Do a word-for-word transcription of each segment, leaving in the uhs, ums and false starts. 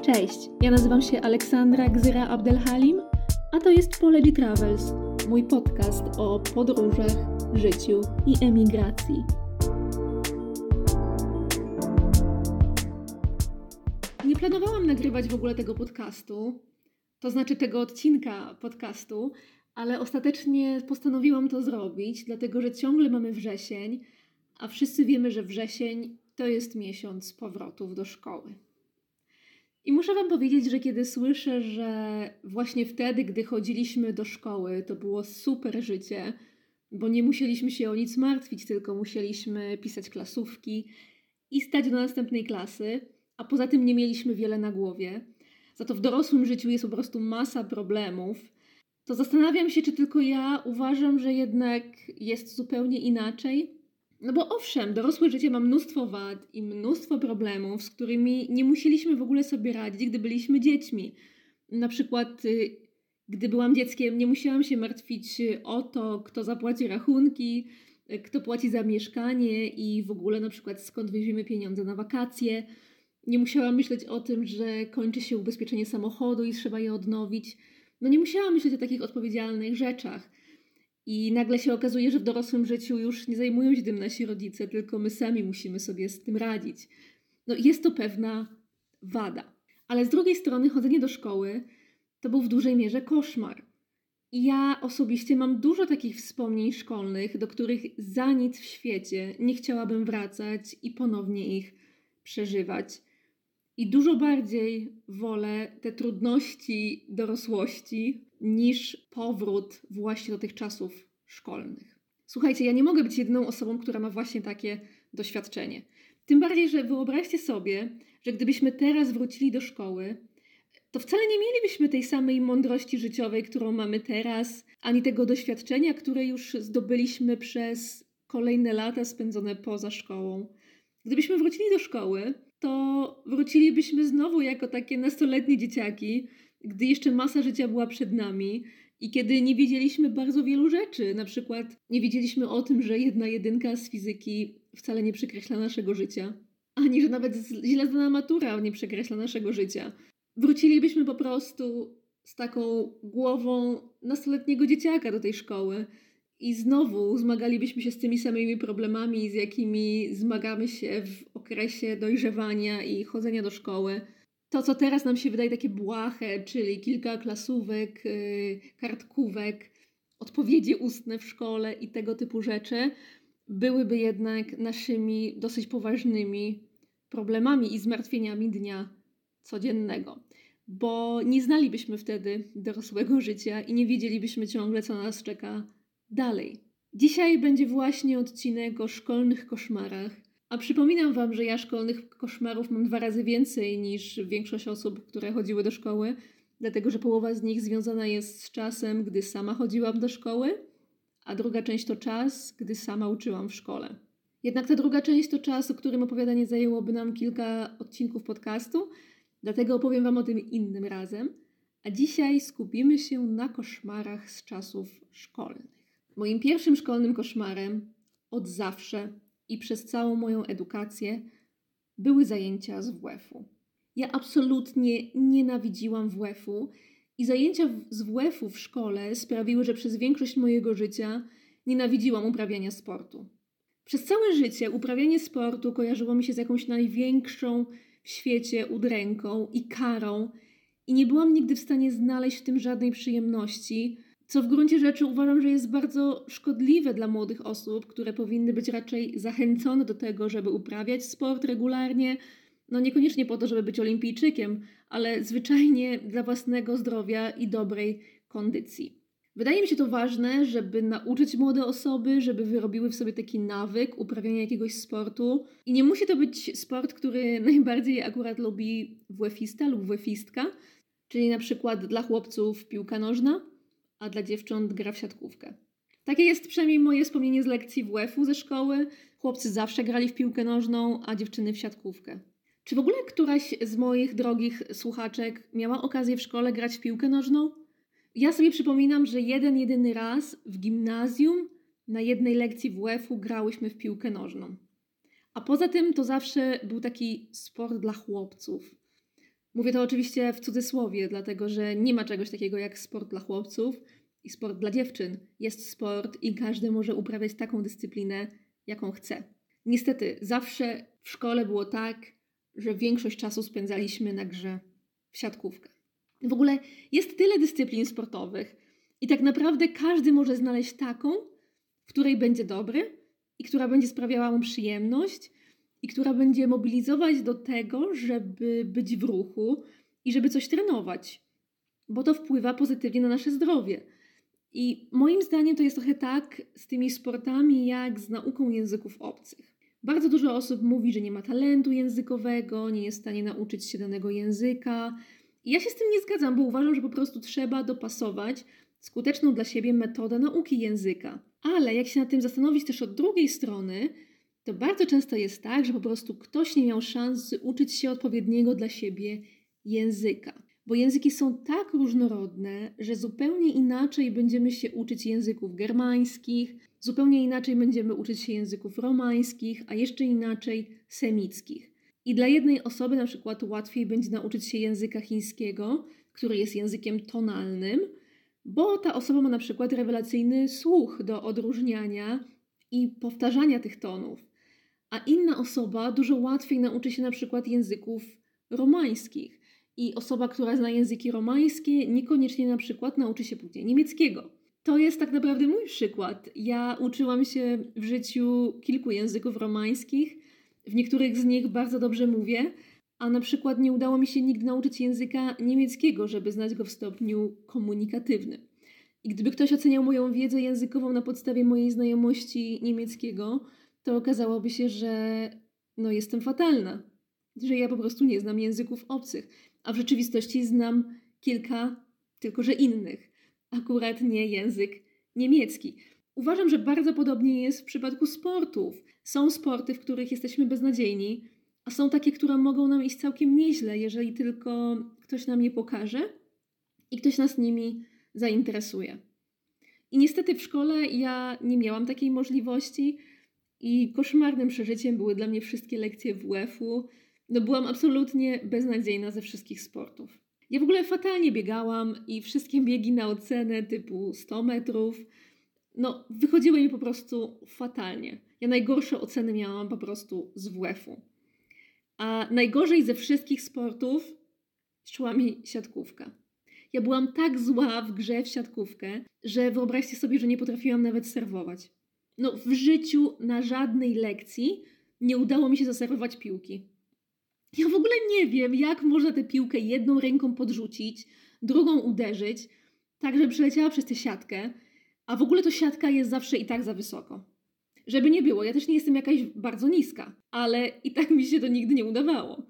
Cześć, ja nazywam się Aleksandra Gzyra Abdelhalim, a to jest Polegi Travels, mój podcast o podróżach, życiu i emigracji. Nie planowałam nagrywać w ogóle tego podcastu, to znaczy tego odcinka podcastu, ale ostatecznie postanowiłam to zrobić, dlatego że ciągle mamy wrzesień, a wszyscy wiemy, że wrzesień to jest miesiąc powrotów do szkoły. I muszę Wam powiedzieć, że kiedy słyszę, że właśnie wtedy, gdy chodziliśmy do szkoły, to było super życie, bo nie musieliśmy się o nic martwić, tylko musieliśmy pisać klasówki i stać do następnej klasy, a poza tym nie mieliśmy wiele na głowie. Za to w dorosłym życiu jest po prostu masa problemów. To zastanawiam się, czy tylko ja uważam, że jednak jest zupełnie inaczej. No bo owszem, dorosłe życie ma mnóstwo wad i mnóstwo problemów, z którymi nie musieliśmy w ogóle sobie radzić, gdy byliśmy dziećmi. Na przykład, gdy byłam dzieckiem, nie musiałam się martwić o to, kto zapłaci rachunki, kto płaci za mieszkanie i w ogóle na przykład skąd weźmiemy pieniądze na wakacje. Nie musiałam myśleć o tym, że kończy się ubezpieczenie samochodu i trzeba je odnowić. No nie musiałam myśleć o takich odpowiedzialnych rzeczach. I nagle się okazuje, że w dorosłym życiu już nie zajmują się tym nasi rodzice, tylko my sami musimy sobie z tym radzić. No jest to pewna wada. Ale z drugiej strony chodzenie do szkoły to był w dużej mierze koszmar. I ja osobiście mam dużo takich wspomnień szkolnych, do których za nic w świecie nie chciałabym wracać i ponownie ich przeżywać. I dużo bardziej wolę te trudności dorosłości niż powrót właśnie do tych czasów szkolnych. Słuchajcie, ja nie mogę być jedyną osobą, która ma właśnie takie doświadczenie. Tym bardziej, że wyobraźcie sobie, że gdybyśmy teraz wrócili do szkoły, to wcale nie mielibyśmy tej samej mądrości życiowej, którą mamy teraz, ani tego doświadczenia, które już zdobyliśmy przez kolejne lata spędzone poza szkołą. Gdybyśmy wrócili do szkoły, to wrócilibyśmy znowu jako takie nastoletnie dzieciaki, gdy jeszcze masa życia była przed nami i kiedy nie wiedzieliśmy bardzo wielu rzeczy. Na przykład nie wiedzieliśmy o tym, że jedna jedynka z fizyki wcale nie przekreśla naszego życia, ani że nawet źle zdana matura nie przekreśla naszego życia. Wrócilibyśmy po prostu z taką głową nastoletniego dzieciaka do tej szkoły i znowu zmagalibyśmy się z tymi samymi problemami, z jakimi zmagamy się w okresie dojrzewania i chodzenia do szkoły. To, co teraz nam się wydaje takie błahe, czyli kilka klasówek, yy, kartkówek, odpowiedzi ustne w szkole i tego typu rzeczy, byłyby jednak naszymi dosyć poważnymi problemami i zmartwieniami dnia codziennego. Bo nie znalibyśmy wtedy dorosłego życia i nie wiedzielibyśmy ciągle, co nas czeka dalej. Dzisiaj będzie właśnie odcinek o szkolnych koszmarach. A przypominam Wam, że ja szkolnych koszmarów mam dwa razy więcej niż większość osób, które chodziły do szkoły, dlatego że połowa z nich związana jest z czasem, gdy sama chodziłam do szkoły, a druga część to czas, gdy sama uczyłam w szkole. Jednak ta druga część to czas, o którym opowiadanie zajęłoby nam kilka odcinków podcastu, dlatego opowiem Wam o tym innym razem, a dzisiaj skupimy się na koszmarach z czasów szkolnych. Moim pierwszym szkolnym koszmarem od zawsze i przez całą moją edukację były zajęcia z W F-u. Ja absolutnie nienawidziłam W F-u i zajęcia z W F-u w szkole sprawiły, że przez większość mojego życia nienawidziłam uprawiania sportu. Przez całe życie uprawianie sportu kojarzyło mi się z jakąś największą w świecie udręką i karą i nie byłam nigdy w stanie znaleźć w tym żadnej przyjemności, co w gruncie rzeczy uważam, że jest bardzo szkodliwe dla młodych osób, które powinny być raczej zachęcone do tego, żeby uprawiać sport regularnie, no niekoniecznie po to, żeby być olimpijczykiem, ale zwyczajnie dla własnego zdrowia i dobrej kondycji. Wydaje mi się to ważne, żeby nauczyć młode osoby, żeby wyrobiły w sobie taki nawyk uprawiania jakiegoś sportu. I nie musi to być sport, który najbardziej akurat lubi WF-ista lub WF-istka, czyli na przykład dla chłopców piłka nożna, a dla dziewcząt gra w siatkówkę. Takie jest przynajmniej moje wspomnienie z lekcji W F-u ze szkoły. Chłopcy zawsze grali w piłkę nożną, a dziewczyny w siatkówkę. Czy w ogóle któraś z moich drogich słuchaczek miała okazję w szkole grać w piłkę nożną? Ja sobie przypominam, że jeden, jedyny raz w gimnazjum na jednej lekcji W F-u grałyśmy w piłkę nożną. A poza tym to zawsze był taki sport dla chłopców. Mówię to oczywiście w cudzysłowie, dlatego że nie ma czegoś takiego jak sport dla chłopców i sport dla dziewczyn. Jest sport i każdy może uprawiać taką dyscyplinę, jaką chce. Niestety, zawsze w szkole było tak, że większość czasu spędzaliśmy na grze w siatkówkę. W ogóle jest tyle dyscyplin sportowych i tak naprawdę każdy może znaleźć taką, w której będzie dobry i która będzie sprawiała mu przyjemność i która będzie mobilizować do tego, żeby być w ruchu i żeby coś trenować, bo to wpływa pozytywnie na nasze zdrowie. I moim zdaniem to jest trochę tak z tymi sportami, jak z nauką języków obcych. Bardzo dużo osób mówi, że nie ma talentu językowego, nie jest w stanie nauczyć się danego języka. I ja się z tym nie zgadzam, bo uważam, że po prostu trzeba dopasować skuteczną dla siebie metodę nauki języka. Ale jak się nad tym zastanowić też od drugiej strony, to bardzo często jest tak, że po prostu ktoś nie miał szansy uczyć się odpowiedniego dla siebie języka. Bo języki są tak różnorodne, że zupełnie inaczej będziemy się uczyć języków germańskich, zupełnie inaczej będziemy uczyć się języków romańskich, a jeszcze inaczej semickich. I dla jednej osoby na przykład łatwiej będzie nauczyć się języka chińskiego, który jest językiem tonalnym, bo ta osoba ma na przykład rewelacyjny słuch do odróżniania i powtarzania tych tonów. A inna osoba dużo łatwiej nauczy się na przykład języków romańskich. I osoba, która zna języki romańskie, niekoniecznie na przykład nauczy się później niemieckiego. To jest tak naprawdę mój przykład. Ja uczyłam się w życiu kilku języków romańskich. W niektórych z nich bardzo dobrze mówię, a na przykład nie udało mi się nigdy nauczyć języka niemieckiego, żeby znać go w stopniu komunikatywnym. I gdyby ktoś oceniał moją wiedzę językową na podstawie mojej znajomości niemieckiego, to okazałoby się, że no jestem fatalna. Że ja po prostu nie znam języków obcych. A w rzeczywistości znam kilka, tylko że innych. Akurat nie język niemiecki. Uważam, że bardzo podobnie jest w przypadku sportów. Są sporty, w których jesteśmy beznadziejni, a są takie, które mogą nam iść całkiem nieźle, jeżeli tylko ktoś nam je pokaże i ktoś nas nimi zainteresuje. I niestety w szkole ja nie miałam takiej możliwości i koszmarnym przeżyciem były dla mnie wszystkie lekcje W F-u. No byłam absolutnie beznadziejna ze wszystkich sportów. Ja w ogóle fatalnie biegałam i wszystkie biegi na ocenę typu sto metrów, no wychodziły mi po prostu fatalnie. Ja najgorsze oceny miałam po prostu z W F-u. A najgorzej ze wszystkich sportów szła mi siatkówka. Ja byłam tak zła w grze w siatkówkę, że wyobraźcie sobie, że nie potrafiłam nawet serwować. No w życiu na żadnej lekcji nie udało mi się zaserwować piłki. Ja w ogóle nie wiem, jak można tę piłkę jedną ręką podrzucić, drugą uderzyć, tak żeby przeleciała przez tę siatkę, a w ogóle to siatka jest zawsze i tak za wysoko. Żeby nie było, ja też nie jestem jakaś bardzo niska, ale i tak mi się to nigdy nie udawało.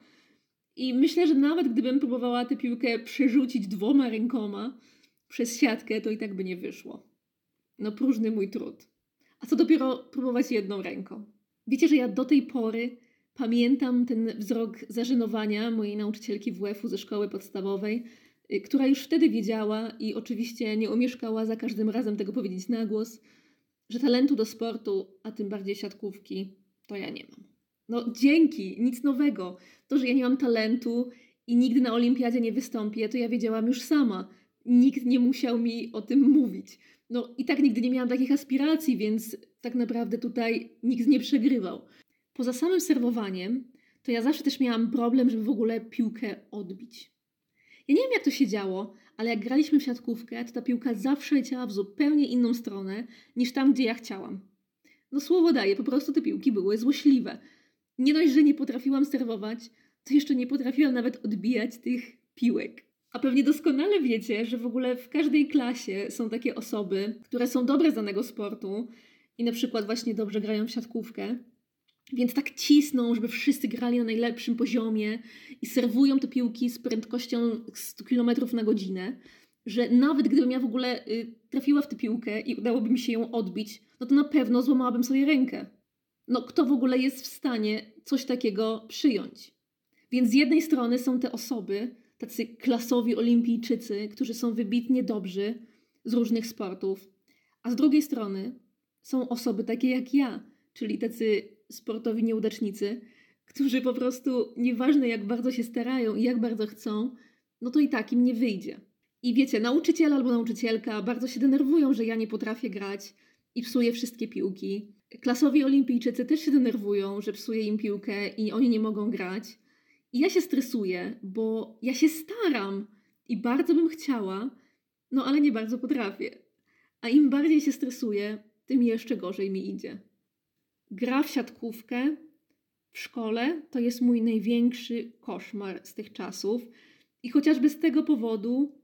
I myślę, że nawet gdybym próbowała tę piłkę przerzucić dwoma rękoma przez siatkę, to i tak by nie wyszło. No próżny mój trud. A co dopiero próbować jedną ręką. Wiecie, że ja do tej pory pamiętam ten wzrok zażenowania mojej nauczycielki W F-u ze szkoły podstawowej, która już wtedy wiedziała i oczywiście nie omieszkała za każdym razem tego powiedzieć na głos, że talentu do sportu, a tym bardziej siatkówki, to ja nie mam. No dzięki, nic nowego. To, że ja nie mam talentu i nigdy na olimpiadzie nie wystąpię, to ja wiedziałam już sama. Nikt nie musiał mi o tym mówić. No i tak nigdy nie miałam takich aspiracji, więc tak naprawdę tutaj nikt nie przegrywał. Poza samym serwowaniem, to ja zawsze też miałam problem, żeby w ogóle piłkę odbić. Ja nie wiem, jak to się działo, ale jak graliśmy w siatkówkę, to ta piłka zawsze leciała w zupełnie inną stronę niż tam, gdzie ja chciałam. No słowo daję, po prostu te piłki były złośliwe. Nie dość, że nie potrafiłam serwować, to jeszcze nie potrafiłam nawet odbijać tych piłek. A pewnie doskonale wiecie, że w ogóle w każdej klasie są takie osoby, które są dobre z danego sportu i na przykład właśnie dobrze grają w siatkówkę, więc tak cisną, żeby wszyscy grali na najlepszym poziomie i serwują te piłki z prędkością sto kilometrów na godzinę, że nawet gdybym ja w ogóle y, trafiła w tę piłkę i udałoby mi się ją odbić, no to na pewno złamałabym sobie rękę. No kto w ogóle jest w stanie coś takiego przyjąć? Więc z jednej strony są te osoby, tacy klasowi olimpijczycy, którzy są wybitnie dobrzy z różnych sportów, a z drugiej strony są osoby takie jak ja, czyli tacy sportowi nieudacznicy, którzy po prostu, nieważne jak bardzo się starają i jak bardzo chcą, no to i tak im nie wyjdzie. I wiecie, nauczyciel albo nauczycielka bardzo się denerwują, że ja nie potrafię grać i psuję wszystkie piłki. Klasowi olimpijczycy też się denerwują, że psuję im piłkę i oni nie mogą grać. I ja się stresuję, bo ja się staram i bardzo bym chciała, no ale nie bardzo potrafię. A im bardziej się stresuję, tym jeszcze gorzej mi idzie. Gra w siatkówkę w szkole to jest mój największy koszmar z tych czasów i chociażby z tego powodu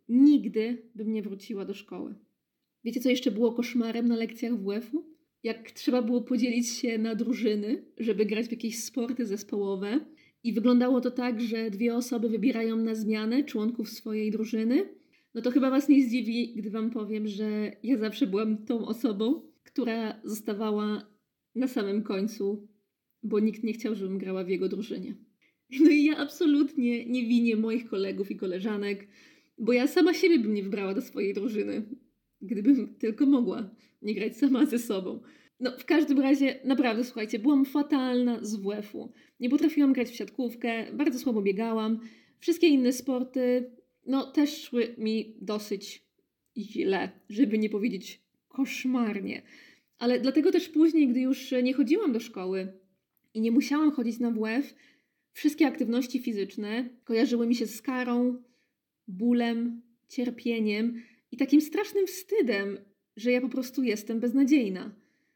nigdy bym nie wróciła do szkoły. Wiecie, co jeszcze było koszmarem na lekcjach W F-u? Jak trzeba było podzielić się na drużyny, żeby grać w jakieś sporty zespołowe i wyglądało to tak, że dwie osoby wybierają na zmianę członków swojej drużyny, no to chyba was nie zdziwi, gdy wam powiem, że ja zawsze byłam tą osobą, która zostawała na samym końcu, bo nikt nie chciał, żebym grała w jego drużynie. No i ja absolutnie nie winię moich kolegów i koleżanek, bo ja sama siebie bym nie wybrała do swojej drużyny, gdybym tylko mogła nie grać sama ze sobą. No w każdym razie, naprawdę, słuchajcie, byłam fatalna z W F-u. Nie potrafiłam grać w siatkówkę, bardzo słabo biegałam. Wszystkie inne sporty, no też szły mi dosyć źle, żeby nie powiedzieć koszmarnie. Ale dlatego też później, gdy już nie chodziłam do szkoły i nie musiałam chodzić na W F, wszystkie aktywności fizyczne kojarzyły mi się z karą, bólem, cierpieniem i takim strasznym wstydem, że ja po prostu jestem beznadziejna.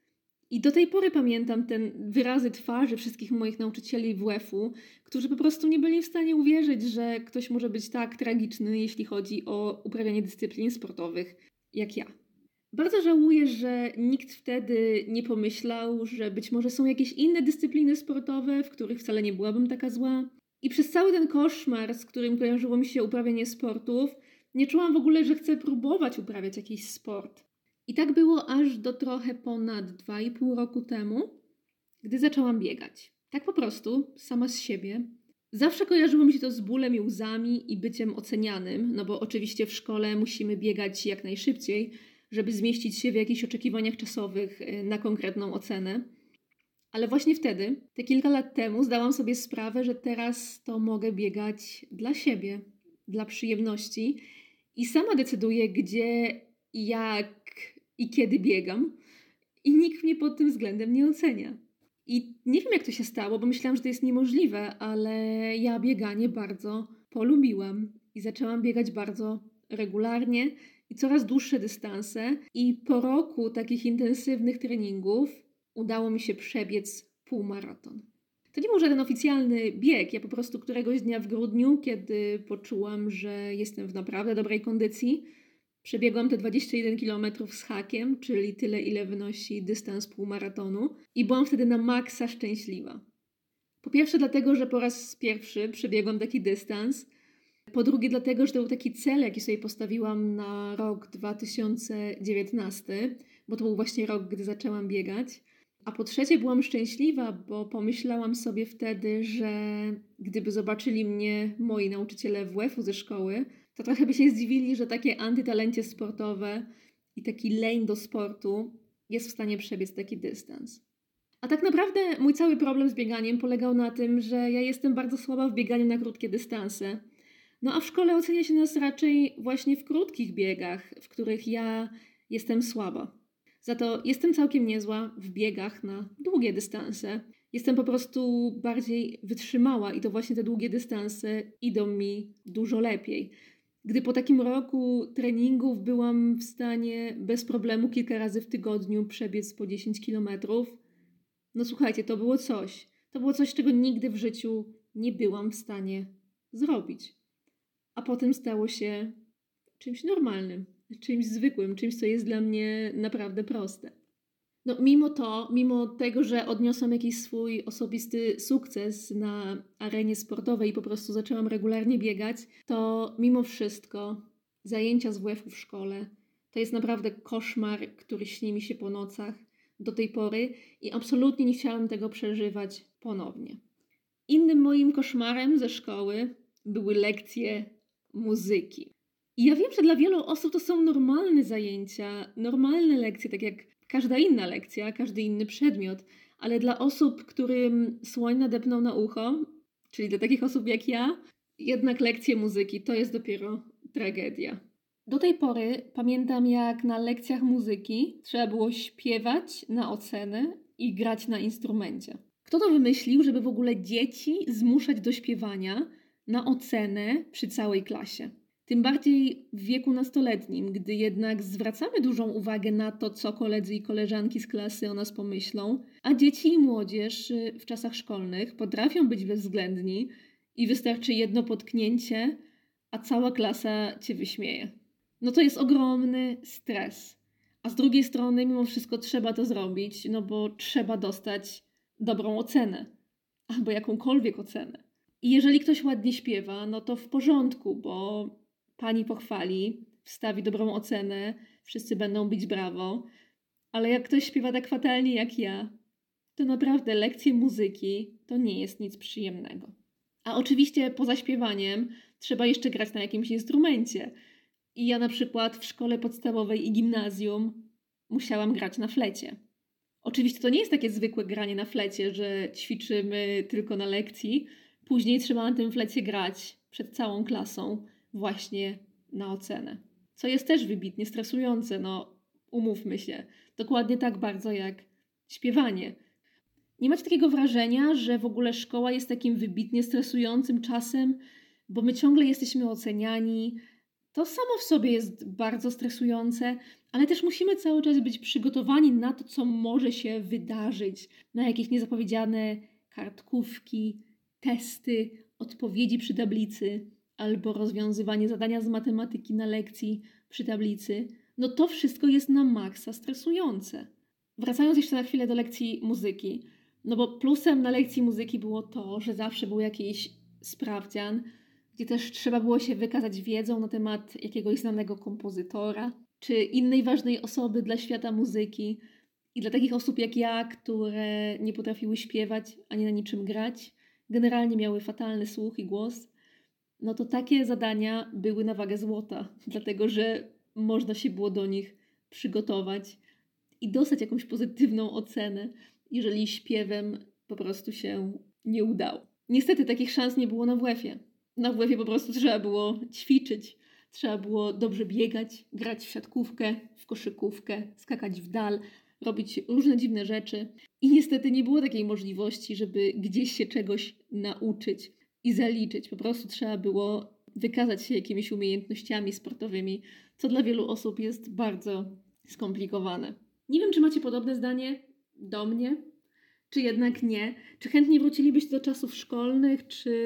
I do tej pory pamiętam ten wyrazy twarzy wszystkich moich nauczycieli W F-u, którzy po prostu nie byli w stanie uwierzyć, że ktoś może być tak tragiczny, jeśli chodzi o uprawianie dyscyplin sportowych, jak ja. Bardzo żałuję, że nikt wtedy nie pomyślał, że być może są jakieś inne dyscypliny sportowe, w których wcale nie byłabym taka zła. I przez cały ten koszmar, z którym kojarzyło mi się uprawianie sportów, nie czułam w ogóle, że chcę próbować uprawiać jakiś sport. I tak było aż do trochę ponad dwa i pół roku temu, gdy zaczęłam biegać. Tak po prostu, sama z siebie. Zawsze kojarzyło mi się to z bólem i łzami i byciem ocenianym, no bo oczywiście w szkole musimy biegać jak najszybciej, żeby zmieścić się w jakichś oczekiwaniach czasowych na konkretną ocenę. Ale właśnie wtedy, te kilka lat temu, zdałam sobie sprawę, że teraz to mogę biegać dla siebie, dla przyjemności i sama decyduję, gdzie, jak i kiedy biegam i nikt mnie pod tym względem nie ocenia. I nie wiem, jak to się stało, bo myślałam, że to jest niemożliwe, ale ja bieganie bardzo polubiłam i zaczęłam biegać bardzo regularnie i coraz dłuższe dystanse i po roku takich intensywnych treningów udało mi się przebiec półmaraton. To nie był żaden oficjalny bieg, ja po prostu któregoś dnia w grudniu, kiedy poczułam, że jestem w naprawdę dobrej kondycji, przebiegłam te dwadzieścia jeden kilometrów z hakiem, czyli tyle, ile wynosi dystans półmaratonu i byłam wtedy na maksa szczęśliwa. Po pierwsze dlatego, że po raz pierwszy przebiegłam taki dystans. Po drugie dlatego, że to był taki cel, jaki sobie postawiłam na rok dwa tysiące dziewiętnasty, bo to był właśnie rok, gdy zaczęłam biegać. A po trzecie byłam szczęśliwa, bo pomyślałam sobie wtedy, że gdyby zobaczyli mnie moi nauczyciele W F-u ze szkoły, to trochę by się zdziwili, że takie antytalencie sportowe i taki leń do sportu jest w stanie przebiec taki dystans. A tak naprawdę mój cały problem z bieganiem polegał na tym, że ja jestem bardzo słaba w bieganiu na krótkie dystanse. No a w szkole ocenia się nas raczej właśnie w krótkich biegach, w których ja jestem słaba. Za to jestem całkiem niezła w biegach na długie dystanse. Jestem po prostu bardziej wytrzymała i to właśnie te długie dystanse idą mi dużo lepiej. Gdy po takim roku treningów byłam w stanie bez problemu kilka razy w tygodniu przebiec po dziesięć kilometrów, no słuchajcie, to było coś. To było coś, czego nigdy w życiu nie byłam w stanie zrobić. A potem stało się czymś normalnym, czymś zwykłym, czymś, co jest dla mnie naprawdę proste. No mimo to, mimo tego, że odniosłam jakiś swój osobisty sukces na arenie sportowej i po prostu zaczęłam regularnie biegać, to mimo wszystko zajęcia z W F-u w szkole to jest naprawdę koszmar, który śni mi się po nocach do tej pory i absolutnie nie chciałam tego przeżywać ponownie. Innym moim koszmarem ze szkoły były lekcje muzyki. I ja wiem, że dla wielu osób to są normalne zajęcia, normalne lekcje, tak jak każda inna lekcja, każdy inny przedmiot, ale dla osób, którym słoń nadepnął na ucho, czyli dla takich osób jak ja, jednak lekcje muzyki to jest dopiero tragedia. Do tej pory pamiętam, jak na lekcjach muzyki trzeba było śpiewać na ocenę i grać na instrumencie. Kto to wymyślił, żeby w ogóle dzieci zmuszać do śpiewania na ocenę przy całej klasie? Tym bardziej w wieku nastoletnim, gdy jednak zwracamy dużą uwagę na to, co koledzy i koleżanki z klasy o nas pomyślą, a dzieci i młodzież w czasach szkolnych potrafią być bezwzględni i wystarczy jedno potknięcie, a cała klasa cię wyśmieje. No to jest ogromny stres. A z drugiej strony mimo wszystko trzeba to zrobić, no bo trzeba dostać dobrą ocenę. Albo jakąkolwiek ocenę. I jeżeli ktoś ładnie śpiewa, no to w porządku, bo pani pochwali, wstawi dobrą ocenę, wszyscy będą bić brawo. Ale jak ktoś śpiewa tak fatalnie jak ja, to naprawdę lekcje muzyki to nie jest nic przyjemnego. A oczywiście poza śpiewaniem trzeba jeszcze grać na jakimś instrumencie. I ja na przykład w szkole podstawowej i gimnazjum musiałam grać na flecie. Oczywiście to nie jest takie zwykłe granie na flecie, że ćwiczymy tylko na lekcji. Później trzeba na tym flecie grać przed całą klasą właśnie na ocenę. Co jest też wybitnie stresujące, no umówmy się. Dokładnie tak bardzo jak śpiewanie. Nie macie takiego wrażenia, że w ogóle szkoła jest takim wybitnie stresującym czasem, bo my ciągle jesteśmy oceniani. To samo w sobie jest bardzo stresujące, ale też musimy cały czas być przygotowani na to, co może się wydarzyć, na jakieś niezapowiedziane kartkówki, testy, odpowiedzi przy tablicy albo rozwiązywanie zadania z matematyki na lekcji przy tablicy. No to wszystko jest na maksa stresujące. Wracając jeszcze na chwilę do lekcji muzyki, no bo plusem na lekcji muzyki było to, że zawsze był jakiś sprawdzian, gdzie też trzeba było się wykazać wiedzą na temat jakiegoś znanego kompozytora, czy innej ważnej osoby dla świata muzyki. I dla takich osób jak ja, które nie potrafiły śpiewać ani na niczym grać, generalnie miały fatalny słuch i głos, no to takie zadania były na wagę złota, dlatego że można się było do nich przygotować i dostać jakąś pozytywną ocenę, jeżeli śpiewem po prostu się nie udało. Niestety takich szans nie było na W F-ie. Na W F-ie po prostu trzeba było ćwiczyć, trzeba było dobrze biegać, grać w siatkówkę, w koszykówkę, skakać w dal, robić różne dziwne rzeczy. I niestety nie było takiej możliwości, żeby gdzieś się czegoś nauczyć i zaliczyć. Po prostu trzeba było wykazać się jakimiś umiejętnościami sportowymi, co dla wielu osób jest bardzo skomplikowane. Nie wiem, czy macie podobne zdanie do mnie, czy jednak nie. Czy chętnie wrócilibyście do czasów szkolnych, czy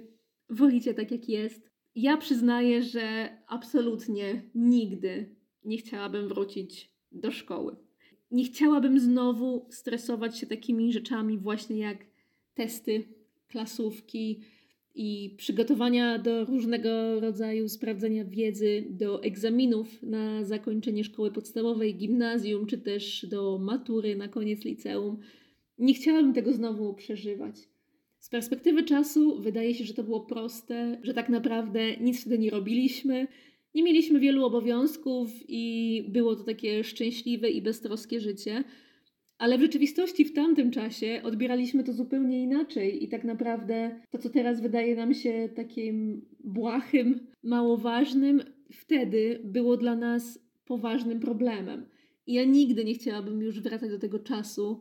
wolicie tak jak jest? Ja przyznaję, że absolutnie nigdy nie chciałabym wrócić do szkoły. Nie chciałabym znowu stresować się takimi rzeczami właśnie jak testy, klasówki i przygotowania do różnego rodzaju sprawdzenia wiedzy, do egzaminów na zakończenie szkoły podstawowej, gimnazjum, czy też do matury na koniec liceum. Nie chciałabym tego znowu przeżywać. Z perspektywy czasu wydaje się, że to było proste, że tak naprawdę nic wtedy nie robiliśmy, nie mieliśmy wielu obowiązków i było to takie szczęśliwe i beztroskie życie, ale w rzeczywistości w tamtym czasie odbieraliśmy to zupełnie inaczej i tak naprawdę to, co teraz wydaje nam się takim błahym, mało ważnym, wtedy było dla nas poważnym problemem. I ja nigdy nie chciałabym już wracać do tego czasu,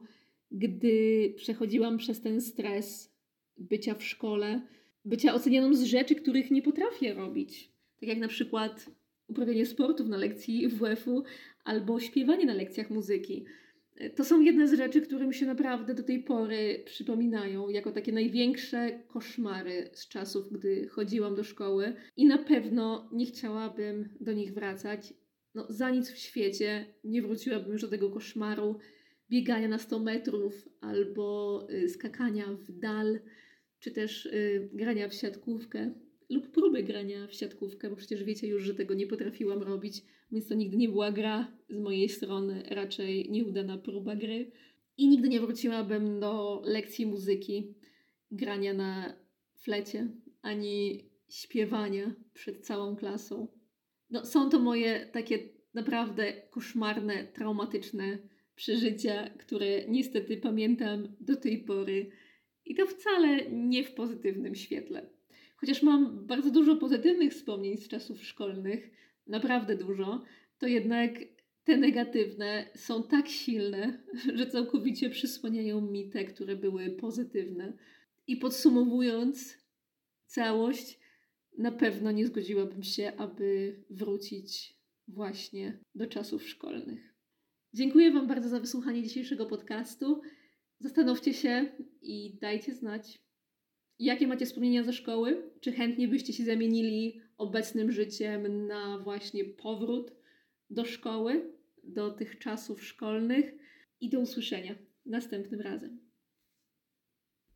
gdy przechodziłam przez ten stres bycia w szkole, bycia ocenianą z rzeczy, których nie potrafię robić. Tak jak na przykład uprawianie sportów na lekcji W F-u albo śpiewanie na lekcjach muzyki. To są jedne z rzeczy, które mi się naprawdę do tej pory przypominają jako takie największe koszmary z czasów, gdy chodziłam do szkoły i na pewno nie chciałabym do nich wracać. No, za nic w świecie nie wróciłabym już do tego koszmaru biegania na sto metrów albo y, skakania w dal, czy też y, grania w siatkówkę lub próby grania w siatkówkę, bo przecież wiecie już, że tego nie potrafiłam robić, więc to nigdy nie była gra z mojej strony, raczej nieudana próba gry. I nigdy nie wróciłabym do lekcji muzyki, grania na flecie, ani śpiewania przed całą klasą. No, są to moje takie naprawdę koszmarne, traumatyczne przeżycia, które niestety pamiętam do tej pory i to wcale nie w pozytywnym świetle. Chociaż mam bardzo dużo pozytywnych wspomnień z czasów szkolnych, naprawdę dużo, to jednak te negatywne są tak silne, że całkowicie przysłaniają mi te, które były pozytywne. I podsumowując całość, na pewno nie zgodziłabym się, aby wrócić właśnie do czasów szkolnych. Dziękuję Wam bardzo za wysłuchanie dzisiejszego podcastu. Zastanówcie się i dajcie znać, jakie macie wspomnienia ze szkoły. Czy chętnie byście się zamienili obecnym życiem na właśnie powrót do szkoły, do tych czasów szkolnych. I do usłyszenia następnym razem.